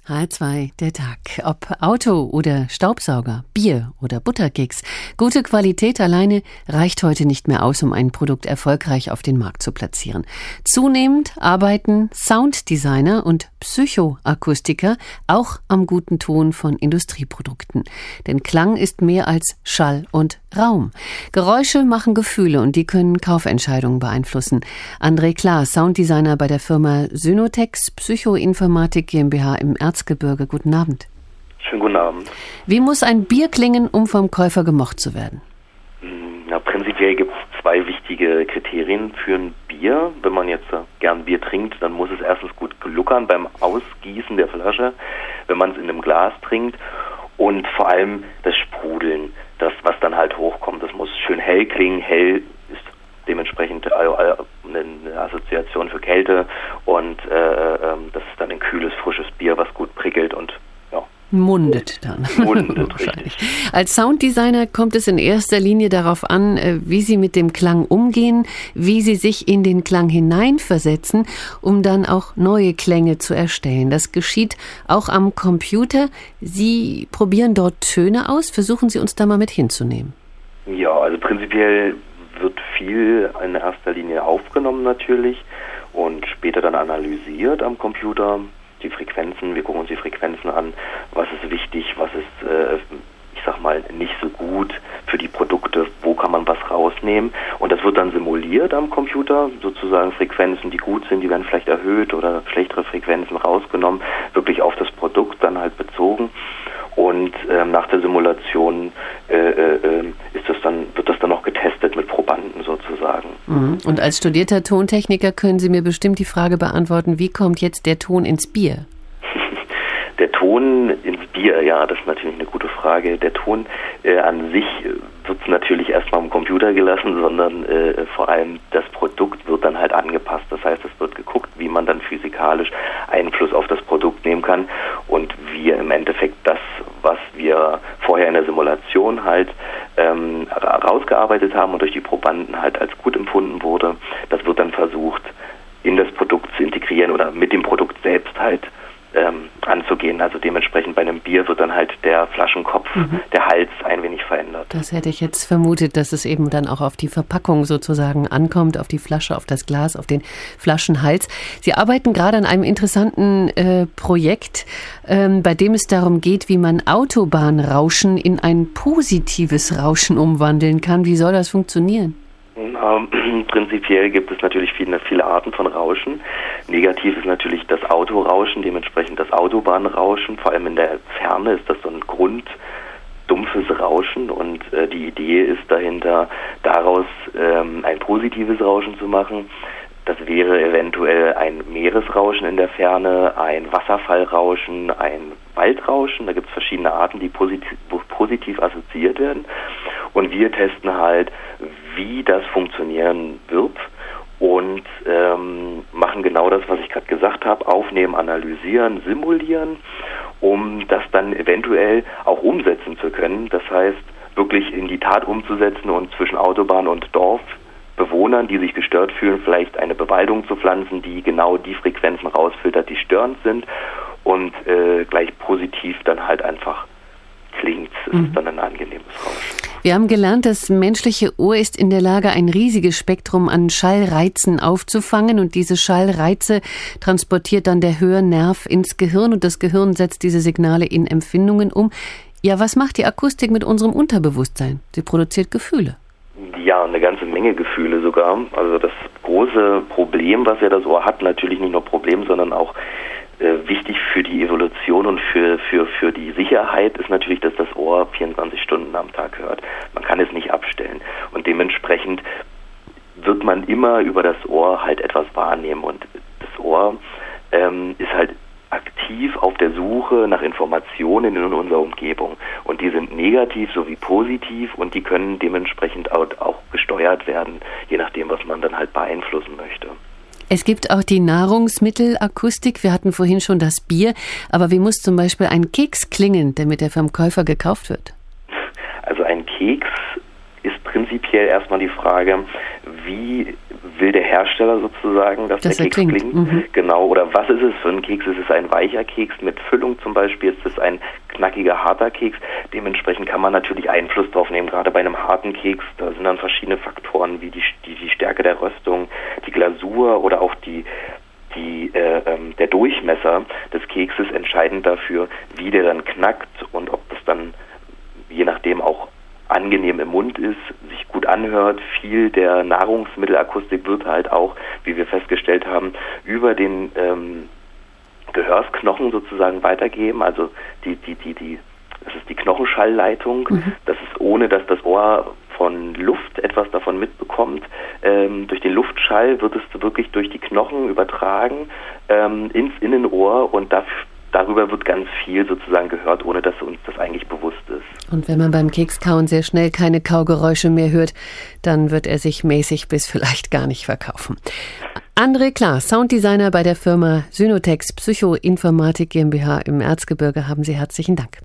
H2, der Tag. Ob Auto oder Staubsauger, Bier oder Butterkeks, gute Qualität alleine reicht heute nicht mehr aus, um ein Produkt erfolgreich auf den Markt zu platzieren. Zunehmend arbeiten Sounddesigner und Psychoakustiker auch am guten Ton von Industrieprodukten. Denn Klang ist mehr als Schall und Raum. Geräusche machen Gefühle und die können Kaufentscheidungen beeinflussen. André Klaas, Sounddesigner bei der Firma Synotex Psychoinformatik GmbH im Erzgebirge. Guten Abend. Schönen guten Abend. Wie muss ein Bier klingen, um vom Käufer gemocht zu werden? Na, prinzipiell gibt es zwei wichtige Kriterien für ein Bier. Wenn man jetzt gern Bier trinkt, dann muss es erstens gut gluckern beim Ausgießen der Flasche, wenn man es in einem Glas trinkt, und vor allem das Sprudeln, das, was dann halt hochkommt. Das muss schön hell klingen. Hell ist dementsprechend eine Assoziation für Kälte, und das ist dann ein kühles, frisches Bier, was gut prickelt und mundet dann. Mundet, richtig. Als Sounddesigner kommt es in erster Linie darauf an, wie Sie mit dem Klang umgehen, wie Sie sich in den Klang hineinversetzen, um dann auch neue Klänge zu erstellen. Das geschieht auch am Computer. Sie probieren dort Töne aus. Versuchen Sie uns da mal mit hinzunehmen. Ja, also prinzipiell wird viel in erster Linie aufgenommen natürlich und später dann analysiert am Computer. Die Frequenzen, wir gucken uns die Frequenzen an, was ist wichtig, was ist, ich sag mal, nicht so gut für die Produkte, wo kann man was rausnehmen, und das wird dann simuliert am Computer, sozusagen Frequenzen, die gut sind, die werden vielleicht erhöht oder schlechtere Frequenzen rausgenommen, wirklich auf das Produkt dann halt bezogen, und nach der Simulation wird das dann noch getestet mit Probanden sozusagen. Und als studierter Tontechniker können Sie mir bestimmt die Frage beantworten, wie kommt jetzt der Ton ins Bier? Der Ton ins Bier, ja, das ist natürlich eine gute Frage. Der Ton an sich wird natürlich erstmal am Computer gelassen, sondern vor allem das Produkt wird dann halt angepasst. Das heißt, es wird geguckt, wie man dann physikalisch Einfluss auf das Produkt nehmen kann, und wir im Endeffekt das, was wir vorher in der Simulation halt rausgearbeitet haben und durch die Probanden halt als gut empfunden wurde, das wird dann versucht, in das Produkt zu integrieren oder mit dem Produkt selbst halt anzugehen. Also dementsprechend bei einem Bier wird dann halt der Flaschenkopf, der Hals ein wenig verändert. Das hätte ich jetzt vermutet, dass es eben dann auch auf die Verpackung sozusagen ankommt, auf die Flasche, auf das Glas, auf den Flaschenhals. Sie arbeiten gerade an einem interessanten Projekt, bei dem es darum geht, wie man Autobahnrauschen in ein positives Rauschen umwandeln kann. Wie soll das funktionieren? Prinzipiell gibt es natürlich viele Arten von Rauschen. Negativ ist natürlich das Autorauschen, dementsprechend das Autobahnrauschen. Vor allem in der Ferne ist das so ein grunddumpfes Rauschen, und die Idee ist dahinter, daraus ein positives Rauschen zu machen. Das wäre eventuell ein Meeresrauschen in der Ferne, ein Wasserfallrauschen, ein Waldrauschen. Da gibt es verschiedene Arten, die positiv assoziiert werden. Und wir testen halt, wie das funktionieren wird, und machen genau das, was ich gerade gesagt habe: aufnehmen, analysieren, simulieren, um das dann eventuell auch umsetzen zu können. Das heißt, wirklich in die Tat umzusetzen und zwischen Autobahn und Dorfbewohnern, die sich gestört fühlen, vielleicht eine Bewaldung zu pflanzen, die genau die Frequenzen rausfiltert, die störend sind, und gleich positiv dann halt einfach klingt. Es ist dann ein angenehmes Rauschen. Wir haben gelernt, das menschliche Ohr ist in der Lage, ein riesiges Spektrum an Schallreizen aufzufangen, und diese Schallreize transportiert dann der Hörnerv ins Gehirn, und das Gehirn setzt diese Signale in Empfindungen um. Ja, was macht die Akustik mit unserem Unterbewusstsein? Sie produziert Gefühle. Ja, eine ganze Menge Gefühle sogar. Also das große Problem, was ja das Ohr hat, natürlich nicht nur Problem, sondern auch wichtig für die Evolution und für die Sicherheit ist natürlich, dass das Ohr 24 Stunden am Tag hört. Man kann es nicht abstellen, und dementsprechend wird man immer über das Ohr halt etwas wahrnehmen, und das Ohr ist halt aktiv auf der Suche nach Informationen in unserer Umgebung, und die sind negativ sowie positiv, und die können dementsprechend auch gesteuert werden, je nachdem, was man dann halt beeinflussen möchte. Es gibt auch die Nahrungsmittelakustik. Wir hatten vorhin schon das Bier. Aber wie muss zum Beispiel ein Keks klingen, damit er vom Käufer gekauft wird? Also ein Keks ist prinzipiell erstmal die Frage, wie will der Hersteller sozusagen, dass der Keks klingt. Genau, oder was ist es für ein Keks? Ist es ein weicher Keks mit Füllung zum Beispiel? Ist es ein knackiger, harter Keks? Dementsprechend kann man natürlich Einfluss drauf nehmen, gerade bei einem harten Keks. Da sind dann verschiedene Faktoren wie die Stärke der Röstung, die Glasur oder auch der Durchmesser des Kekses entscheidend dafür, wie der dann knackt und ob das dann je nachdem auch angenehm im Mund ist, sich gut anhört. Viel der Nahrungsmittelakustik wird halt auch, wie wir festgestellt haben, über den Gehörsknochen sozusagen weitergeben. Also das ist die Knochenschallleitung. Das ist, ohne dass das Ohr von Luft etwas davon mitbekommt. Durch den Luftschall wird es wirklich durch die Knochen übertragen ins Innenohr und darüber wird ganz viel sozusagen gehört, ohne dass uns das eigentlich bewusst ist. Und wenn man beim Kekskauen sehr schnell keine Kaugeräusche mehr hört, dann wird er sich mäßig bis vielleicht gar nicht verkaufen. André Klar, Sounddesigner bei der Firma Synotex Psychoinformatik GmbH im Erzgebirge, haben Sie herzlichen Dank.